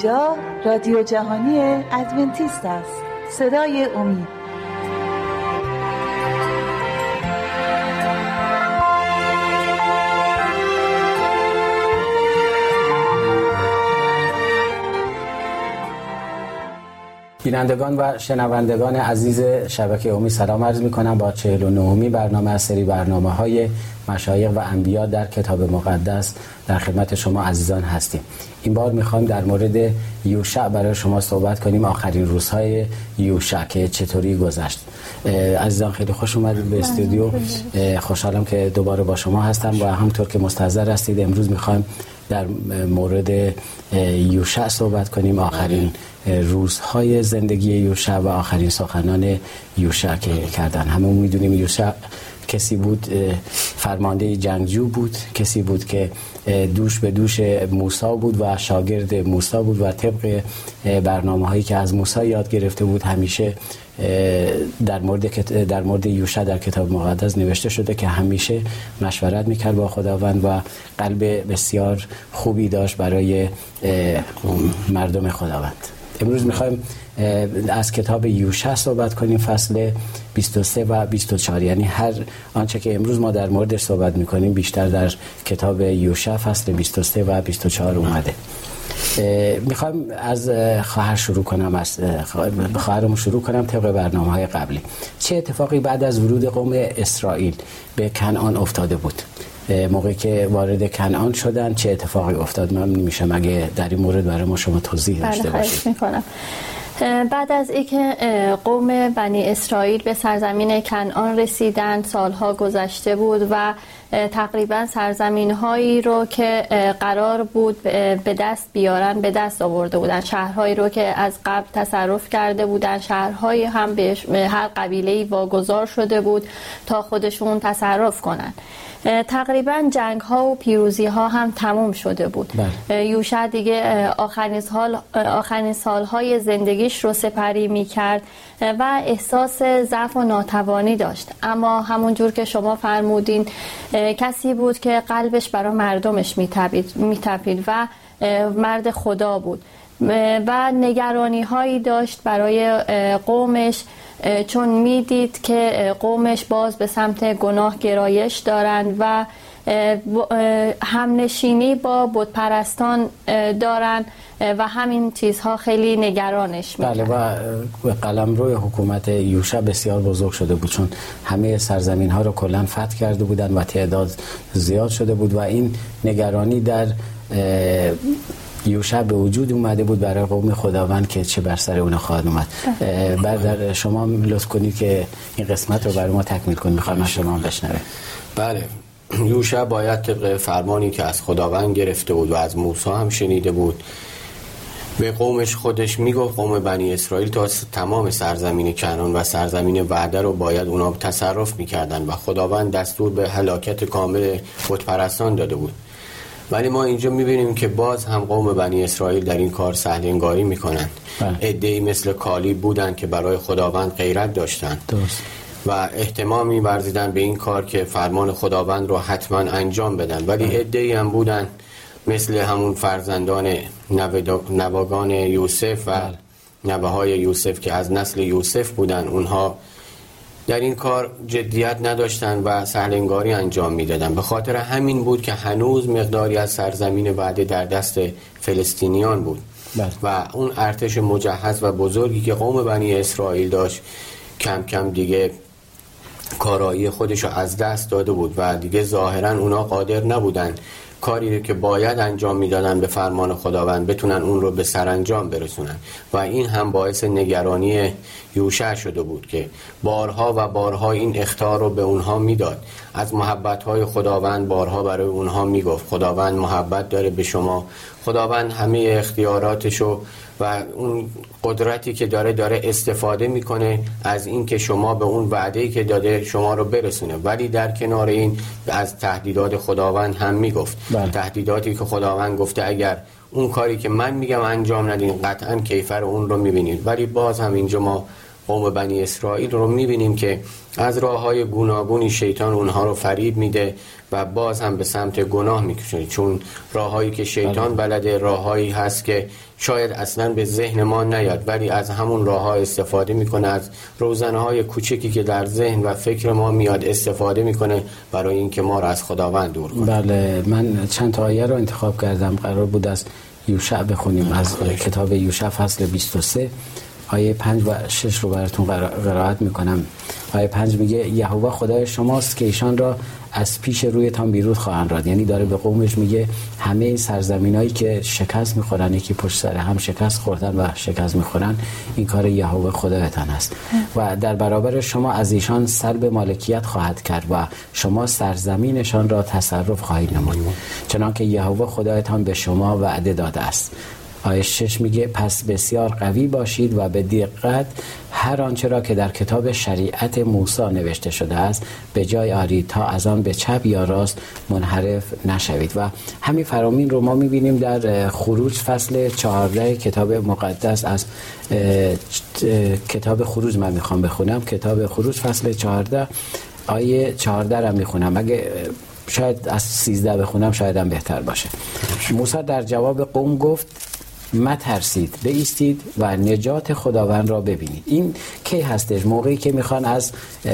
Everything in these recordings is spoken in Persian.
اینجا رادیو جهانی ادونتیست است، صدای امید. بینندگان و شنوندگان عزیز شبکه امید سلام عرض می‌کنم. با 49می برنامه از سری برنامه‌های مشایخ و انبیا در کتاب مقدس در خدمت شما عزیزان هستیم. این بار می‌خوایم در مورد یوشع برای شما صحبت کنیم، آخرین روزهای یوشع که چطوری گذشت. عزیزان خیلی خوش اومدید به استودیو. خوشحالم که دوباره با شما هستم و همونطور که مستحضر هستید امروز می‌خوایم در مورد یوشع صحبت کنیم، آخرین روزهای زندگی یوشع و آخرین سخنان یوشع که کردن. همه میدونیم یوشع کسی بود فرمانده جنگجو بود، کسی بود که دوش به دوش موسی بود و شاگرد موسی بود و طبق برنامه‌هایی که از موسی یاد گرفته بود همیشه در مورد یوشع در کتاب مقدس نوشته شده که همیشه مشورت میکرد با خداوند و قلب بسیار خوبی داشت برای مردم خداوند. امروز میخوایم از کتاب یوشع صحبت کنیم، فصل 23 و 24. یعنی هر آنچه که امروز ما در موردش صحبت میکنیم بیشتر در کتاب یوشع فصل 23 و 24 اومده. میخوایم از خواهر شروع کنم، خواهرمو شروع کنم طبق برنامه‌های قبلی. چه اتفاقی بعد از ورود قوم اسرائیل به کنعان افتاده بود؟ موقعی که وارد کنعان شدن چه اتفاقی افتاد؟ من میشم اگه در این مورد برای ما شما توضیح داشته باشید. بعد از اینکه قوم بنی اسرائیل به سرزمین کنعان رسیدند، سالها گذشته بود و تقریبا سرزمین هایی رو که قرار بود به دست بیارن به دست آورده بودن، شهرهایی رو که از قبل تصرف کرده بودن، شهرهایی هم به هر قبیله‌ای واگذار شده بود تا خودشون تصرف کنن. تقریبا جنگ ها و پیروزی ها هم تموم شده بود. یوشع دیگه آخرین سالهای زندگیش رو سپری می کرد و احساس ضعف و ناتوانی داشت، اما همونجور که شما فرمودین کسی بود که قلبش برای مردمش می‌تپید و مرد خدا بود و نگرانی هایی داشت برای قومش، چون میدید که قومش باز به سمت گناه گرایش دارند و همنشینی با بت پرستان دارن و همین چیزها خیلی نگرانش می‌کرد. بله، و قلمرو حکومت یوشع بسیار بزرگ شده بود، چون همه سرزمین ها رو کلاً فتح کرده بودند و تعداد زیاد شده بود و این نگرانی در یوشع به وجود اومده بود برای قوم خداوند که چه بر سر اون خواهد اومد. بعد شما لطف کنید که این قسمت رو برای ما تکمیل کنید، می‌خوام شما بشنوید. بله، یوشع باید طبق فرمانی که از خداوند گرفته بود و از موسی هم شنیده بود به قومش خودش میگفت قوم بنی اسرائیل تا تمام سرزمین کنعان و سرزمین وعده رو باید اونا تصرف میکردن و خداوند دستور به هلاکت کامل بت پرستان داده بود. ولی ما اینجا میبینیم که باز هم قوم بنی اسرائیل در این کار سهل انگاری میکنند. عده‌ای مثل کالیب بودند که برای خداوند غیرت داشتند و اهتمام می‌ورزیدن به این کار که فرمان خداوند رو حتما انجام بدن، ولی عده‌ای هم بودن مثل همون فرزندان نوه‌گان یوسف و نوه‌های یوسف که از نسل یوسف بودن، اونها در این کار جدیت نداشتن و سهل‌انگاری انجام میدادن. به خاطر همین بود که هنوز مقداری از سرزمین وعده در دست فلسطینیان بود و اون ارتش مجهز و بزرگی که قوم بنی اسرائیل داشت کم کم دیگه کارایی خودشو از دست داده بود و دیگه ظاهرا اونا قادر نبودن کاری رو که باید انجام میدادن به فرمان خداوند بتونن اون رو به سرانجام برسونن و این هم باعث نگرانی یوشع شده بود که بارها و بارها این اخطار رو به اونها میداد، از محبت‌های خداوند بارها برای اونها میگفت خداوند محبت داره به شما، خداوند همه اختیاراتشو و اون قدرتی که داره استفاده میکنه از این که شما به اون وعده‌ای که داده شما رو برسونه. ولی در کنار این از تهدیدات خداوند هم میگفت، تهدیداتی که خداوند گفته اگر اون کاری که من میگم انجام ندین قطعا کیفر اون رو میبینید. ولی باز هم اینجا ما قوم بنی اسرائیل رو میبینیم که از راه‌های گوناگونی شیطان اونها رو فریب میده و باز هم به سمت گناه میکشونه، چون راه‌هایی که شیطان بلده راه‌هایی هست که شاید اصلا به ذهن ما نیاد، ولی از همون راه‌ها استفاده میکنه، از روزنه‌های کوچکی که در ذهن و فکر ما میاد استفاده میکنه برای اینکه ما رو از خداوند دور کنه. بله، من چند تا آیه رو انتخاب کردم، قرار بود از یوشع بخونیم، از کتاب یوشع فصل 23 آیه 5 و 6 رو براتون قرائت میکنم. آیه 5 میگه یهوه خدای شماست که ایشان را از پیش رویتان بیرون خواهند راند. یعنی داره به قومش میگه همه این سرزمینایی که شکست میخورن، یکی پشت سر هم شکست خوردن و شکست میخورن، این کار یهوه خدایتان است و در برابر شما از ایشان سلب مالکیت خواهد کرد و شما سرزمینشان را تصرف خواهید نمود، چنانکه یهوه خدایتان به شما وعده داده است. آیه 6 میگه پس بسیار قوی باشید و به دقت هر آنچه را که در کتاب شریعت موسی نوشته شده است به جای آرید تا از آن به چپ یا راست منحرف نشوید. و همین فرامین رو ما میبینیم در خروج فصل 14 کتاب مقدس. از کتاب خروج من میخوام بخونم، کتاب خروج فصل 14 آیه 14 رو میخونم، اگه شاید از 13 بخونم شاید هم بهتر باشه. موسی در جواب قوم گفت مترسید، بایستید و نجات خداوند را ببینید. این کی هستش؟ موقعی که میخوان از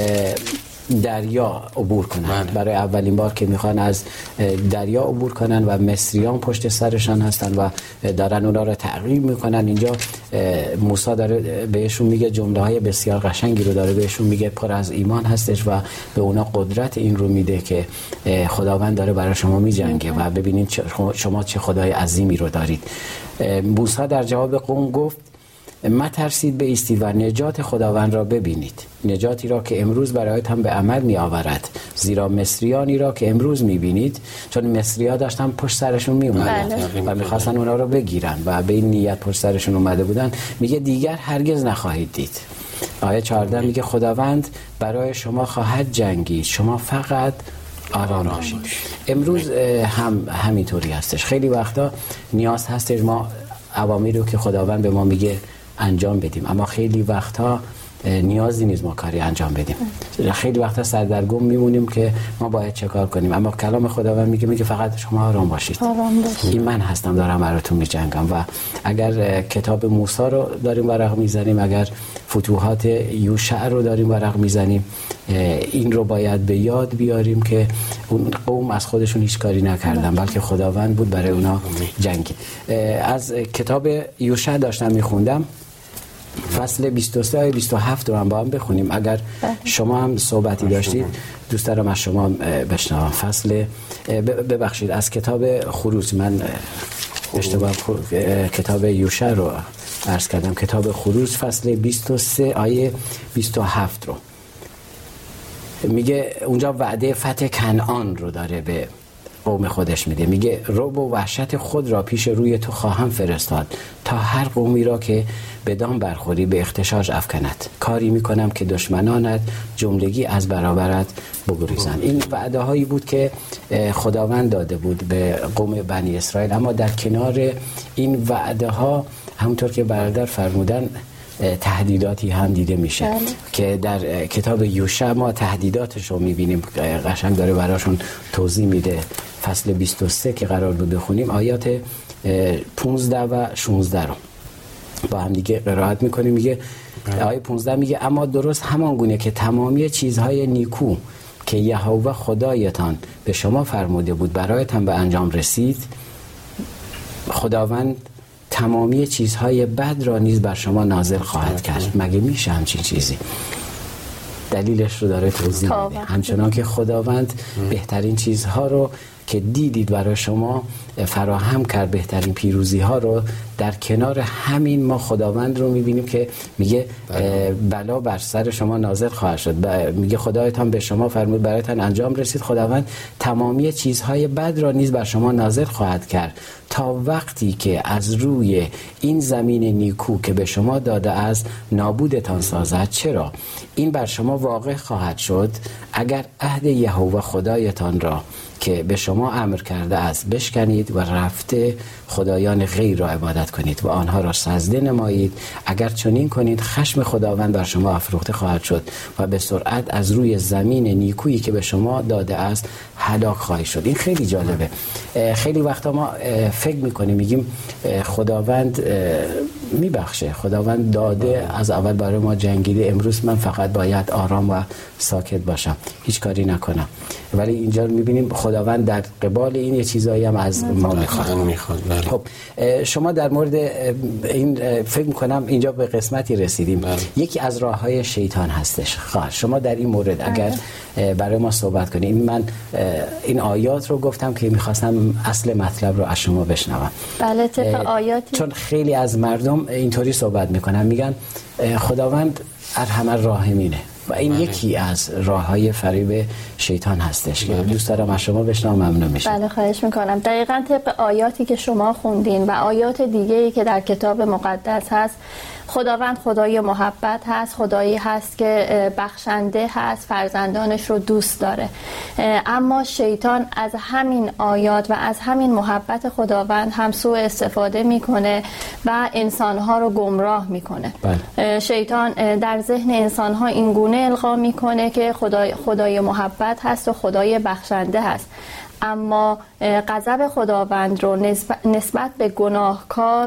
دریا عبور کنن. برای اولین بار که میخوان از دریا عبور کنن و مصریان پشت سرشان هستن و دارن اونا رو تعقیب میکنن. اینجا موسی داره بهشون میگه جمله های بسیار قشنگی رو داره بهشون میگه، پر از ایمان هستش و به اونا قدرت این رو میده که خداوند داره برای شما میجنگه و ببینید شما چه خدای عظیمی رو دارید. موسی در جواب قوم گفت مترسید، بایستید و نجات خداوند را ببینید، نجاتی را که امروز برایتان به عمل می آورد، زیرا مصریانی را که امروز می بینید، چون مصری‌ها داشتن پشت سرشون می اومدن و می خواستن اونا رو بگیرن و به این نیت پشت سرشون اومده بودن، میگه دیگر هرگز نخواهید دید. آیه 14 میگه خداوند برای شما خواهد جنگید، شما فقط آرام باشید. امروز هم همینطوری هستش. خیلی وقتا نیاز هستش ما اوامری رو که خداوند به ما میگه انجام بدیم، اما خیلی وقتا نیازی نیست ما کاری انجام بدیم. خیلی وقتا سردرگم میمونیم که ما باید چه کار کنیم، اما کلام خداوند میگه فقط شما آرام باشید. این من هستم دارم براتون میجنگم. و اگر کتاب موسی رو داریم ورق میزنیم، اگر فتوحات یوشع رو داریم ورق میزنیم، این رو باید به یاد بیاریم که اون قوم از خودشون هیچ کاری نکردن، بلکه خداوند بود برای اونا جنگید. از کتاب یوشع داشتم میخوندم، فصل 23 آیه 27 رو هم با هم بخونیم. اگر شما هم صحبتی داشتید دوست دارم از شما بشنوم. فصل ببخشید از کتاب خروج، من اشتباه کتاب یوشع رو عرض کردم. کتاب خروج فصل 23 آیه 27 رو میگه، اونجا وعده فتح کنعان رو داره به قوم خودش میده. میگه رعب و وحشت خود را پیش روی تو خواهم فرستاد تا هر قومی را که بدان برخوری به اختشاش افکند. کاری میکنم که دشمنانت جملگی از برابرت بگریزند. این وعده هایی بود که خداوند داده بود به قوم بنی اسرائیل، اما در کنار این وعده ها همونطور که برادر فرمودن تهدیداتی هم دیده میشه که در کتاب یوشع ما تهدیداتش رو میبینیم، قشنگ داره براشون توضیح میده. فصل 23 که قرار بود بخونیم آیات 15 و 16 رو با هم دیگه قرائت میکنیم. میگه آیه 15 میگه اما درست همان گونه که تمامی چیزهای نیکو که یهوه خدایتان به شما فرموده بود برایتان به انجام رسید، خداوند تمامی چیزهای بد را نیز بر شما نازل خواهد کرد. مگه میشه همچین چیزی؟ دلیلش رو داره توضیح میده. همچنان که خداوند بهترین چیزها رو که دیدید برای شما فراهم کرد، بهترین پیروزی ها رو، در کنار همین ما خداوند رو میبینیم که میگه بلا بر سر شما نازل خواهد شد. میگه خدایتان به شما فرمود برایتان انجام رسید، خداوند تمامی چیزهای بد را نیز بر شما نازل خواهد کرد تا وقتی که از روی این زمین نیکو که به شما داده از نابودتان سازد. چرا؟ این بر شما واقع خواهد شد اگر عهد یهوه خدایتان را که به شما امر کرده است بشکنید و رفته خدایان غیر را عبادت کنید و آنها را سجده نمایید. اگر چنین کنید خشم خداوند بر شما افروخته خواهد شد و به سرعت از روی زمین نیکویی که به شما داده است هلاک خواهید شد. این خیلی جالبه. خیلی وقتا ما فکر میکنیم میگیم خداوند میبخشه، خداوند داده، از اول برای ما جنگیده، امروز من فقط باید آرام و ساکت باشم، هیچ کاری نکنم. ولی اینجا میبینیم خداوند در قبال این یه چیزایی هم از ما میخواد. خب شما در مورد این فکر میکنم اینجا به قسمتی رسیدیم. یکی از راههای شیطان هستش. شما در این مورد اگر برای ما صحبت کنید. من این آیات رو گفتم که میخواستم اصل مطلب رو از شما بشنوم. بله، طبق آیاتی، چون خیلی از مردم اینطوری صحبت میکنن، میگن خداوند ارحم الراحمینه و این یکی از راههای فریب شیطان هستش که دوست دارم از شما بشنوم. ممنون میشم. بله، خواهش میکنم. دقیقاً طبق آیاتی که شما خوندین و آیات دیگه‌ای که در کتاب مقدس هست، خداوند خدای محبت هست، خدایی هست که بخشنده هست، فرزندانش رو دوست داره. اما شیطان از همین آیات و از همین محبت خداوند هم سوء استفاده میکنه و انسانها رو گمراه میکنه. شیطان در ذهن انسانها این گونه القا میکنه که خدای محبت هست و خدای بخشنده هست، اما غضب خداوند رو نسبت به گناهکار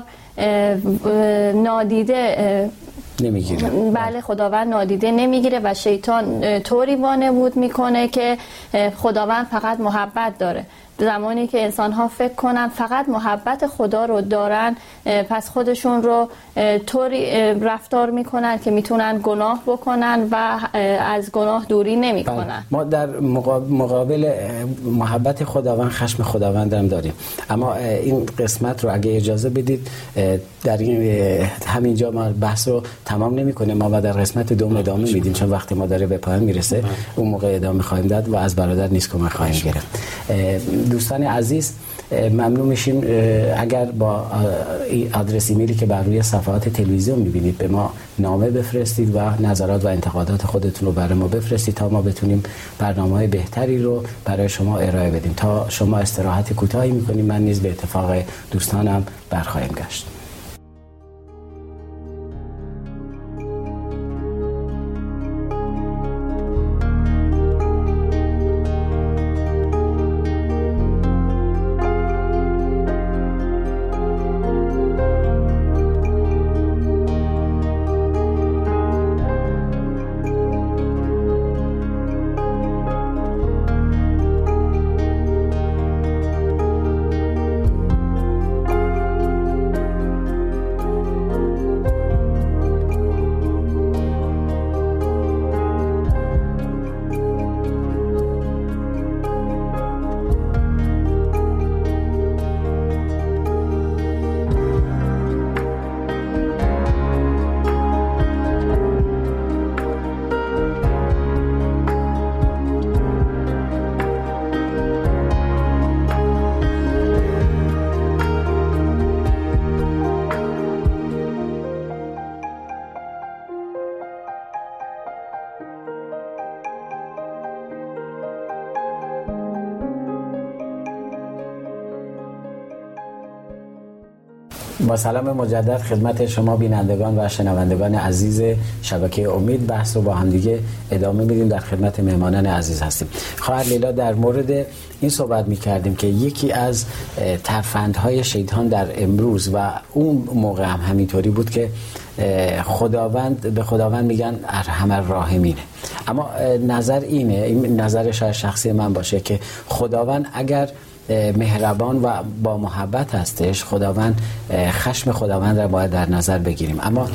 نادیده نمیگیره. بله، خداوند نادیده نمیگیره و شیطان طوری وانمود میکنه که خداوند فقط محبت داره. زمانی که انسان ها فکر کنن فقط محبت خدا رو دارن، پس خودشون رو طوری رفتار میکنن که میتونن گناه بکنن و از گناه دوری نمیکنن. ما در مقابل محبت خداوند خشم خداوند هم داریم. اما این قسمت رو اگه اجازه بدید در همینجا ما بحث رو تمام نمی‌کنیم، ما در قسمت دوم ادامه میدیم، چون وقتی ما داره به پایان میرسه اون موقع ادامه خواهیم داد و از برادر نیز کمک خواهیم گرفت. دوستان عزیز، ممنون میشیم اگر با آدرس ایمیلی که بر روی صفحات تلویزیون میبینید به ما نامه بفرستید و نظرات و انتقادات خودتون رو برای ما بفرستید تا ما بتونیم برنامه‌های بهتری رو برای شما ارائه بدیم. تا شما استراحت کوتاهی میکنیم، من نیز به اتفاق دوستانم برخواهیم گشت. با سلام مجدد خدمت شما بینندگان و شنوندگان عزیز شبکه امید، بحث رو با هم دیگه ادامه میدیم. در خدمت مهمانان عزیز هستیم. خواهر لیلا، در مورد این صحبت میکردیم که یکی از ترفندهای شیطان در امروز و اون موقع هم همینطوری بود که به خداوند میگن ارحم الراحمینه. اما نظر اینه، این نظر شاید شخصی من باشه، که خداوند اگر مهربان و با محبت هستش، خداوند خشم خداوند را باید در نظر بگیریم. اما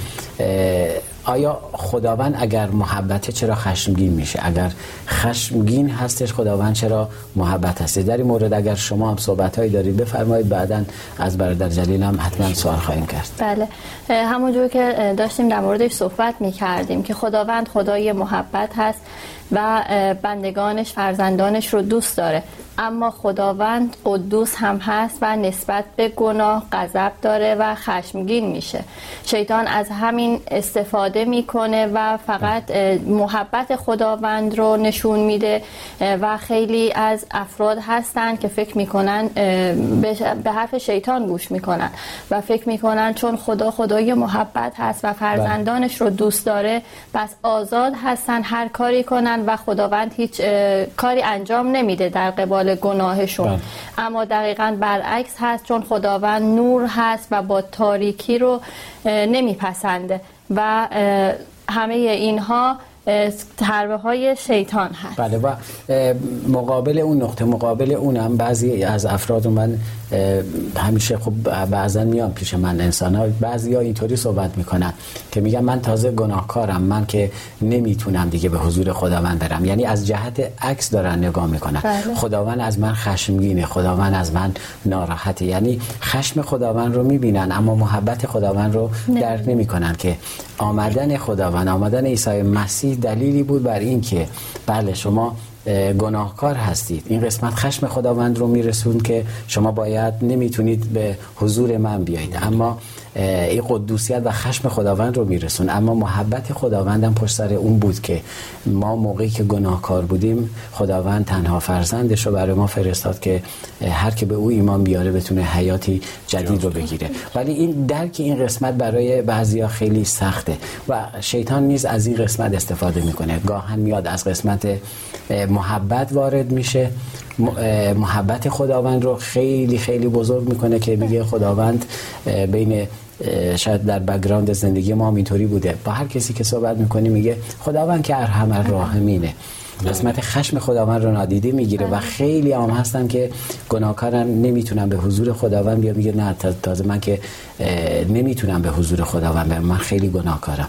آیا خداوند اگر محبته چرا خشمگین میشه؟ اگر خشمگین هستش خداوند چرا محبت هستش؟ در این مورد اگر شما هم صحبت‌هایی دارید بفرمایید، بعداً از برادر جلیل هم حتما سوال خواهیم کرد. بله، همونجور که داشتیم در موردش صحبت می‌کردیم که خداوند خدای محبت هست و بندگانش، فرزندانش رو دوست داره. اما خداوند قدوس هم هست و نسبت به گناه غضب داره و خشمگین میشه. شیطان از همین استفاده میکنه و فقط محبت خداوند رو نشون میده و خیلی از افراد هستن که فکر میکنن به حرف شیطان گوش میکنن و فکر میکنن چون خدا خدای محبت هست و فرزندانش رو دوست داره پس آزاد هستن هر کاری کنن و خداوند هیچ کاری انجام نمیده در قبال گناهشون. اما دقیقاً برعکس هست، چون خداوند نور هست و با تاریکی رو نمیپسنده و همه اینها حربه های شیطان هست. بله و مقابل اون نقطه مقابل اونم بعضی از افراد من همیشه خب بعضا میان پیش من انسان‌ها، بعضیا اینطوری صحبت میکنن که میگن من تازه گناهکارم، من که نمیتونم دیگه به حضور خداوند برم. یعنی از جهت عکس دارن نگاه میکنن. بله. خداوند از من خشمگینه، خداوند از من ناراحته. یعنی خشم خداوند رو میبینن اما محبت خداوند رو درک نمیکنن که آمدن خداوند، آمدن عیسی مسیح دلیلی بود بر این که بله شما گناهکار هستید. این قسمت خشم خداوند رو میرسون که شما باید نمیتونید به حضور من بیایید، اما این قدوسیت و خشم خداوند رو میرسون. اما محبت خداوندم پشت سر اون بود که ما موقعی که گناهکار بودیم خداوند تنها فرزندش رو برای ما فرستاد که هر که به او ایمان بیاره بتونه حیاتی جدید رو بگیره. ولی این درک این قسمت برای بعضیا خیلی سخته و شیطان نیز از این قسمت استفاده میکنه. گاهن میاد از قسمت محبت وارد میشه، محبت خداوند رو خیلی خیلی بزرگ میکنه که میگه خداوند بین شاید در بک‌گراند زندگی ما اینطوری بوده، با هر کسی که صحبت میکنی میگه خداوند که ارحم الراحمینه. قسمت خشم خداوند رو نادیده میگیره و خیلی هم هستن که گناهکارن نمیتونن به حضور خداوند بیان. میگه نه تازه من که نمیتونم به حضور خداوند بیام، من خیلی گناهکارم.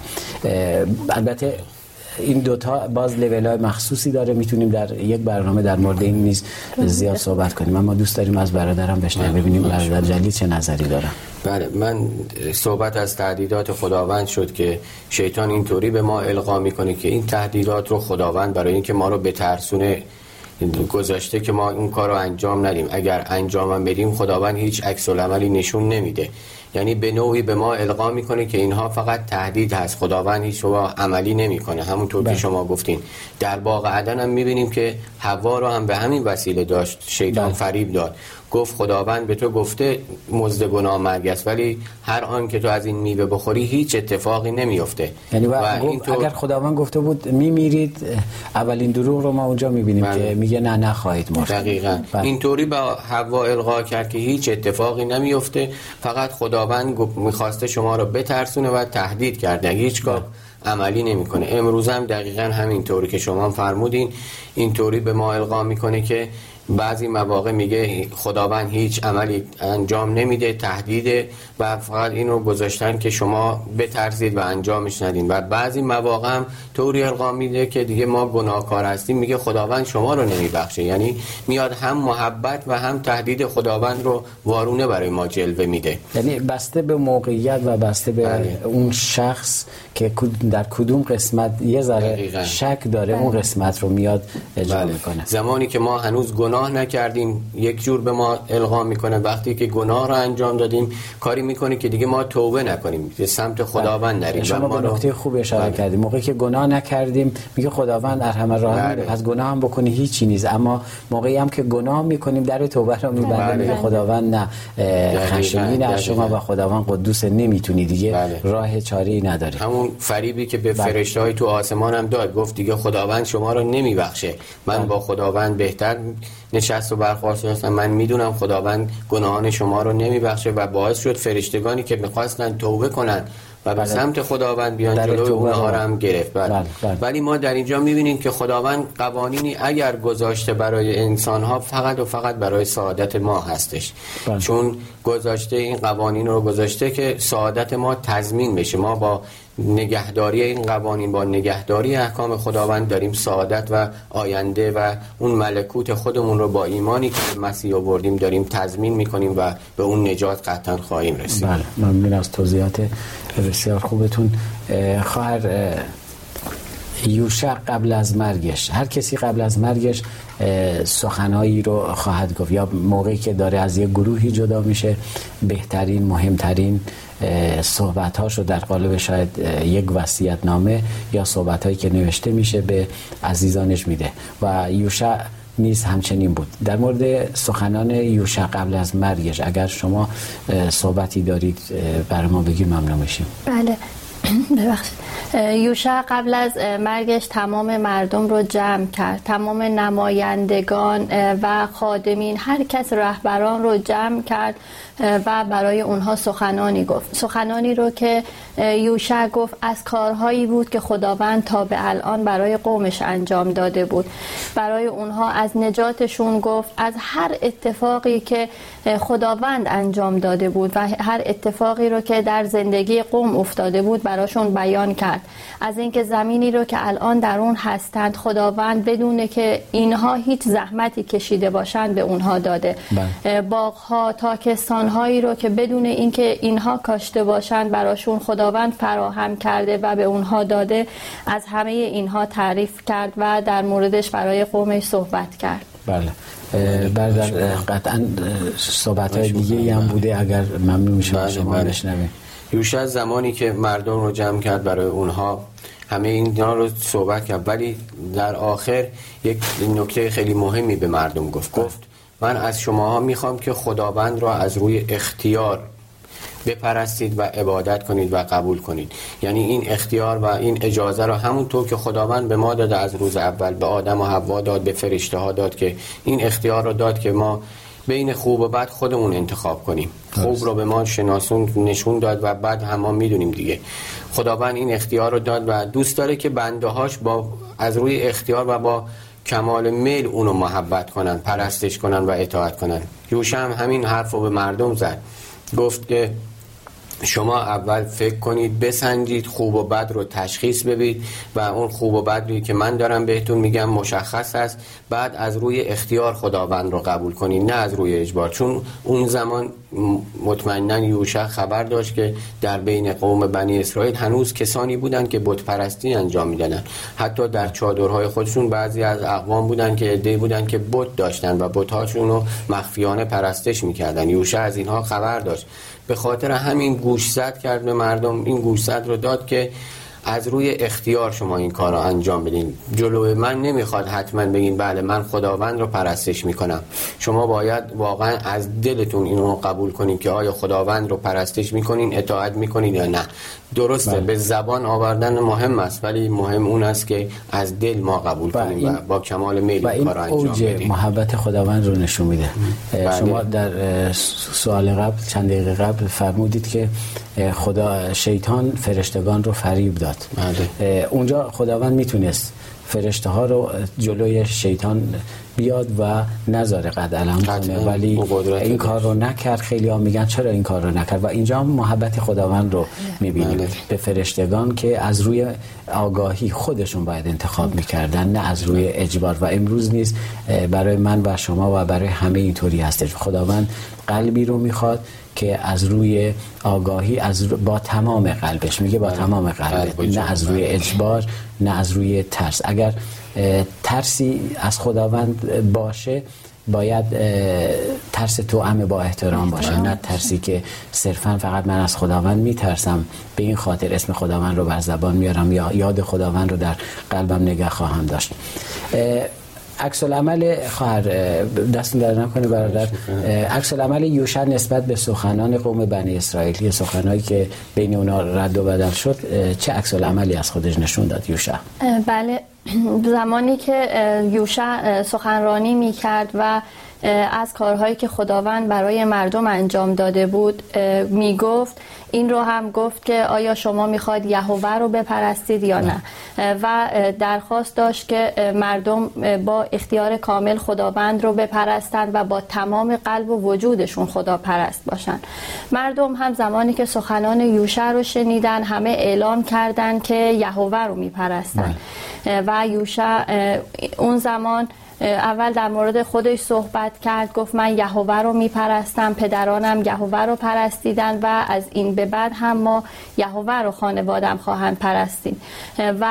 البته این دوتا باز لیول‌های مخصوصی داره، میتونیم در یک برنامه در مورد این نیز زیاد صحبت کنیم. اما دوست داریم از برادرم بشنویم ببینیم برادر جلیل چه نظری داره. بله، من صحبت از تهدیدات خداوند شد که شیطان اینطوری به ما القا میکنه که این تهدیدات رو خداوند برای اینکه ما رو بترسونه گذاشته که ما اون کار رو انجام ندیم. اگر انجام بدیم خداوند هیچ عکس العملی نشون نمیده. یعنی به نوعی به ما القا میکنه که اینها فقط تهدید هست، خداوند هیچ عملی نمیکنه. همونطور که شما گفتین در باغ عدن هم میبینیم که حوا رو هم به همین وسیله داشت شیطان فریب داد، گفت خداوند به تو گفته مزد گناه مرگ است، ولی هر آن که تو از این میوه بخوری هیچ اتفاقی نمیفته. یعنی اگر خداوند گفته بود میمیرید، اولین دروغ رو ما اونجا میبینیم که میگه نه نخواهید مرد. دقیقاً اینطوری به حوا القا کرد که هیچ اتفاقی نمیفته، فقط خداوند میخواسته شما رو بترسونه و تهدید کرده، هیچگاه عملی نمیکنه. امروز هم دقیقاً همینطوری که شما فرمودین اینطوری به ما القا میکنه که بعضی مواقع میگه خداوند هیچ عملی انجام نمیده، تهدیده و فقط این رو گذاشتن که شما بترسید و انجامش ندین. و بعضی مواقع هم طوری القا میده که دیگه ما گناهکار هستیم، میگه خداوند شما رو نمیبخشه. یعنی میاد هم محبت و هم تهدید خداوند رو وارونه برای ما جلوه میده. یعنی بسته به موقعیت و بسته به اون شخص که در کدوم قسمت یه ذره شک داره اون قسمت رو میاد اجرا میکنه. زمانی که ما هنوز گناه نکردیم یک جور به ما القا میکنه، وقتی که گناه رو انجام دادیم کاری میکنه که دیگه ما توبه نکنیم، به سمت خداوند نریم. شما به نکته خوب اشاره کردیم، موقعی که گناه نکردیم میگه خداوند ارحم الراحمین، پس گناه هم بکنی هیچی نیست. اما موقعی هم که گناه میکنیم در توبه رو میبندیم، میگه خداوند نه خشمگین از شما و خداوند قدوس، نمیتونی دیگه راه چاره‌ای نداری. همون فریبی که به فرشته‌های تو آسمان هم داد، گفت دیگه خداوند شما رو نمیبخشه، من با خداوند بهتر نشست و برخواست هستم، من میدونم خداوند گناهان شما رو نمیبخشه و باعث شد فرشتگانی که میخواستن توبه کنن و به سمت خداوند بیان جلوی اونها رو هم گرفت. ولی ما در اینجا میبینیم که خداوند قوانینی اگر گذاشته برای انسانها فقط و فقط برای سعادت ما هستش. چون گذاشته این قوانین رو گذاشته که سعادت ما تضمین بشه. ما با نگهداری این قوانین، با نگهداری احکام خداوند داریم سعادت و آینده و اون ملکوت خودمون رو با ایمانی که به مسیح آوردیم داریم تضمین میکنیم و به اون نجات قطعا خواهیم رسید. بله، ممنون از توضیحات بسیار خوبتون. خواهر یوشع قبل از مرگش، هر کسی قبل از مرگش سخنایی رو خواهد گفت، یا موقعی که داره از یک گروهی جدا میشه بهترین مهمترین صحبت‌هاش رو در قالب شاید یک وصیت‌نامه یا صحبت‌هایی که نوشته میشه به عزیزانش میده و یوشع نیز همچنین بود. در مورد سخنان یوشع قبل از مرگش اگر شما صحبتی دارید برای ما بگید ممنون میشیم. بله ببخشید. یوشع قبل از مرگش تمام مردم رو جمع کرد، تمام نمایندگان و خادمین، هر کس رهبران رو جمع کرد و برای اونها سخنانی گفت، سخنانی رو که یوشع گفت از کارهایی بود که خداوند تا به الان برای قومش انجام داده بود، برای اونها از نجاتشون گفت، از هر اتفاقی که خداوند انجام داده بود و هر اتفاقی رو که در زندگی قوم افتاده بود براشون بیان کرد، از اینکه زمینی رو که الان در اون هستند خداوند بدونه که اینها هیچ زحمتی کشیده باشند به اونها داده، باغ‌ها تاکستان‌هایی رو که بدون اینکه اینها کاشته باشند براشون خداوند فراهم کرده و به اونها داده، از همه اینها تعریف کرد و در موردش برای قومش صحبت کرد. بله برادر قطعا صحبت‌های دیگه‌ای هم بوده، اگر ممنون میشم شما بشنوید. یوشع زمانی که مردم رو جمع کرد برای اونها همه اینا رو صحبت کرد، ولی در آخر یک نکته خیلی مهمی به مردم گفت من از شماها میخوام که خداوند را از روی اختیار بپرستید و عبادت کنید و قبول کنید. یعنی این اختیار و این اجازه را همونطور که خداوند به ما داده از روز اول، به آدم و حوا داد، به فرشته ها داد، که این اختیار را داد که ما بین خوب و بد خودمون انتخاب کنیم. خوب رو به ما نشون داد و بد هم ما میدونیم دیگه. خداوند این اختیار رو داد و دوست داره که بنده هاش با از روی اختیار و با کمال میل اونو محبت کنن، پرستش کنن و اطاعت کنن. یوشع هم همین حرف رو به مردم زد، گفت که شما اول فکر کنید، بسنجید، خوب و بد رو تشخیص بدید و اون خوب و بدی که من دارم بهتون میگم مشخص است، بعد از روی اختیار خداوند رو قبول کنید نه از روی اجبار. چون اون زمان مطمئنا یوشع خبر داشت که در بین قوم بنی اسرائیل هنوز کسانی بودند که بت پرستی انجام میدادن، حتی در چادرهای خودشون بعضی از اقوام بودند که عده‌ای بودند که بت داشتن و بت‌هاشون رو مخفیانه پرستش میکردن. یوشع از اینها خبر داشت، به خاطر همین گوشزد کرد به مردم، این گوشزد رو داد که از روی اختیار شما این کار رو انجام بدین. جلوی من نمیخواد حتما بگین بله من خداوند رو پرستش میکنم، شما باید واقعا از دلتون این رو قبول کنین که آیا خداوند رو پرستش میکنین، اطاعت میکنین یا نه. درسته به زبان آوردن مهم است، ولی مهم اون است که از دل ما قبول کنیم و با کمال میل این کار رو انجام بدیم. محبت خداوند رو نشون میده. شما در سوال قبل چند دقیقه قبل فرمودید که شیطان فرشتگان رو فریب داد. اونجا خداوند میتونست فرشته ها رو جلوی شیطان بیاد و نذاره قد علم کنه، ولی این کار رو نکرد. خیلی ها میگن چرا این کار رو نکرد، و اینجا محبت خداوند رو میبینیم به فرشتگان که از روی آگاهی خودشون باید انتخاب میکردن نه از روی اجبار. و امروز نیز برای من و شما و برای همه اینطوری هستش. خداوند قلبی رو میخواد که از روی آگاهی با تمام قلبش، میگه با تمام قلب، نه از روی اجبار نه از روی ترس. اگر ترسی از خداوند باشه باید ترس توأم با احترام باشه، نه ترسی که صرفا فقط من از خداوند میترسم به این خاطر اسم خداوند رو بر زبان میارم یا یاد خداوند رو در قلبم نگه خواهم داشت. عکس العمل خواهر دستون در نکنه برادر، عکس العمل یوشع نسبت به سخنان قوم بنی اسرائیل، یه سخنایی که بین اونا رد و بدل شد، چه عکس العملی از خودش نشون داد یوشع؟ بله، زمانی که یوشع سخنرانی میکرد و از کارهایی که خداوند برای مردم انجام داده بود میگفت، این رو هم گفت که آیا شما میخواد یهوه رو بپرستید یا نه، و درخواست داشت که مردم با اختیار کامل خداوند رو بپرستند و با تمام قلب و وجودشون خدا پرست باشن. مردم هم زمانی که سخنان یوشع رو شنیدن همه اعلام کردن که یهوه رو میپرستن و یوشع اون زمان اول در مورد خودش صحبت کرد، گفت من یهوه رو میپرستم، پدرانم یهوه رو پرستیدن و از این به بعد هم ما یهوه رو خانوادم خواهند پرستید. و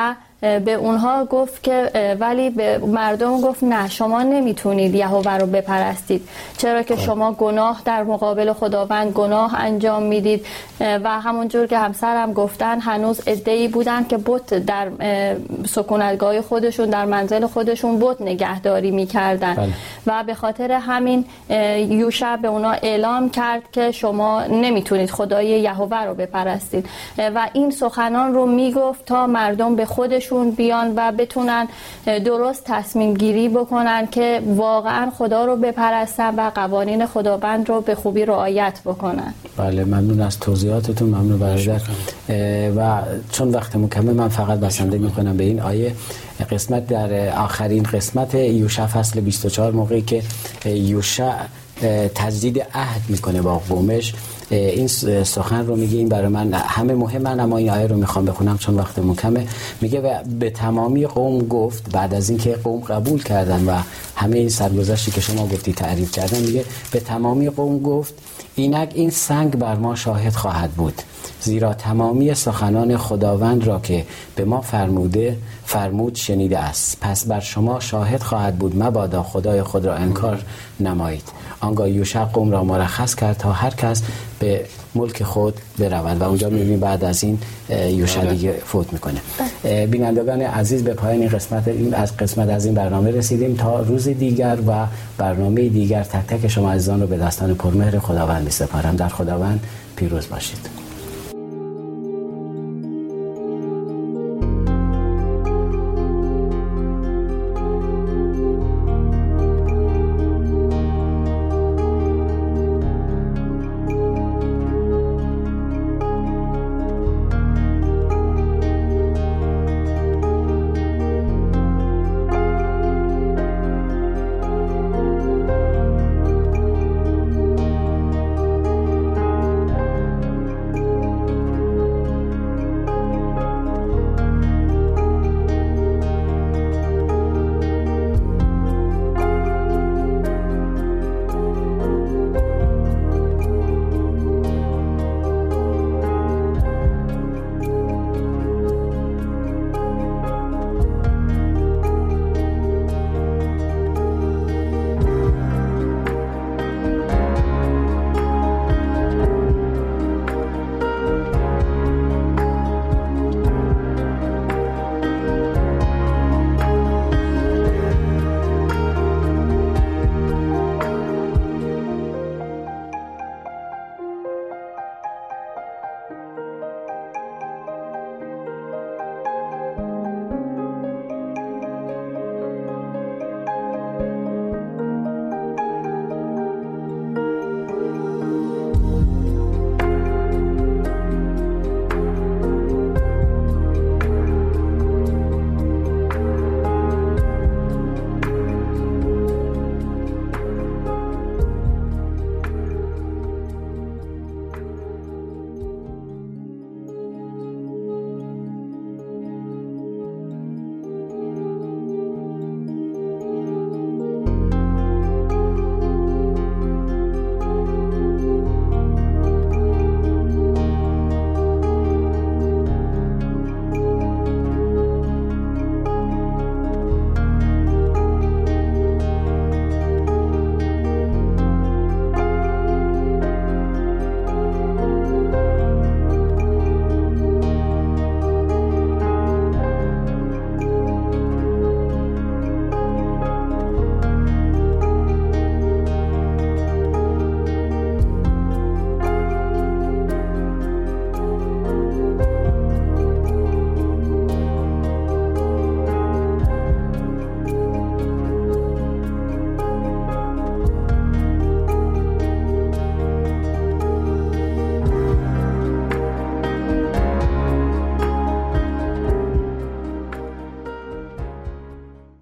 به اونها گفت که ولی به مردم گفت نه، شما نمیتونید یهوه رو بپرستید، چرا که شما گناه در مقابل خداوند گناه انجام میدید. و همونجور که همسرم گفتن هنوز عده‌ای بودن که بت در سکونتگاه خودشون در منزل خودشون بت نگهداری میکردن و به خاطر همین یوشع به اونا اعلام کرد که شما نمیتونید خدای یهوه رو بپرستید و این سخنان رو میگفت تا مردم به خودشون بیان و بتونن درست تصمیم گیری بکنن که واقعا خدا رو بپرستن و قوانین خداوند رو به خوبی رعایت بکنن. بله، ممنون از توضیحاتتون، ممنون برادر. و چون وقت مکمل من فقط بسنده میکنم به این آیه قسمت در آخرین قسمت یوشع فصل 24 موقعی که یوشع تجدید عهد میکنه با قومش این سخن رو میگه. این برای من همه مهمن اما این آیه رو میخوام بخونم چون وقت مکمل. میگه به تمامی قوم گفت بعد از اینکه قوم قبول کردن و همه این سرگذشتی که شما گفتی تعریف کردن، میگه به تمامی قوم گفت اینک این سنگ بر ما شاهد خواهد بود، زیرا تمامی سخنان خداوند را که به ما فرمود شنیده است. پس بر شما شاهد خواهد بود، مبادا خدای خود را انکار نمایید. آنگاه یوشع قوم را مرخص کرد تا هر کس به ملک خود برود و اونجا می‌بینیم بعد از این یوشع دیگه فوت میکنه. بینندگان عزیز، به پایان قسمت از این برنامه رسیدیم. تا روز دیگر و برنامه دیگر تک تک شما عزیزان رو به دستان پرمهر خداوند می‌سپارم. در خداوند پیروز باشید.